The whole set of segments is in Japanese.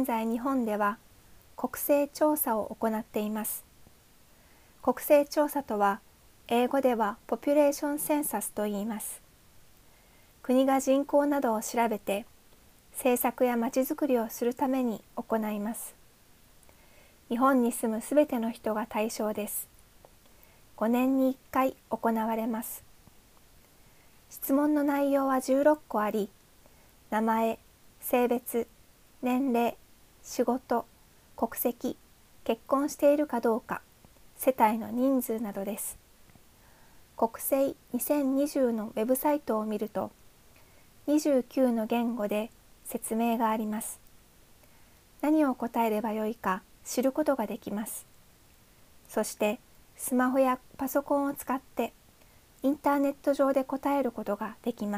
現在日本では国勢調査を行っています。国勢調査とは英語ではポピュレーションセンサスと言います。国が人口などを調べて政策やまちづくりをするために行います。日本に住むすべての人が対象です。5年に1回行われます。質問の内容は16個あり、名前、性別、年齢、仕事、国籍、結婚しているかどうか、世帯の人数などです。国勢2020のウェブサイトを見ると、29の言語で説明があります。何を答えればよいか知ることができます。そしてスマホやパソコンを使ってインターネット上で答えることができます。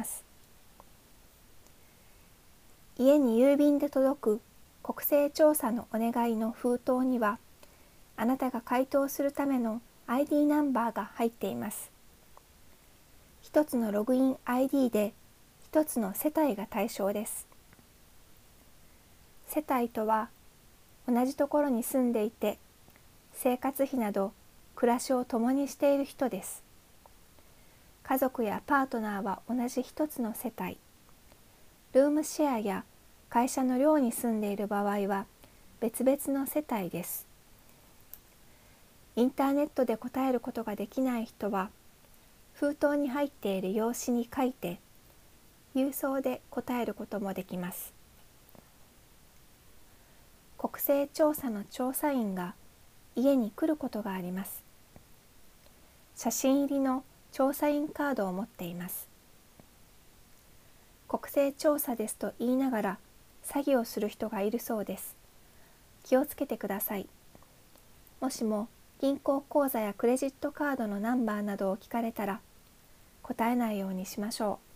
家に郵便で届く国勢調査のお願いの封筒には、あなたが回答するための ID ナンバーが入っています。一つのログイン ID で一つの世帯が対象です。世帯とは、同じところに住んでいて、生活費など暮らしを共にしている人です。家族やパートナーは同じ一つの世帯。ルームシェアや会社の寮に住んでいる場合は別々の世帯です。インターネットで答えることができない人は、封筒に入っている用紙に書いて、郵送で答えることもできます。国勢調査の調査員が家に来ることがあります。写真入りの調査員カードを持っています。国勢調査ですと言いながら詐欺をする人がいるそうです。気をつけてください。もしも銀行口座やクレジットカードのナンバーなどを聞かれたら、答えないようにしましょう。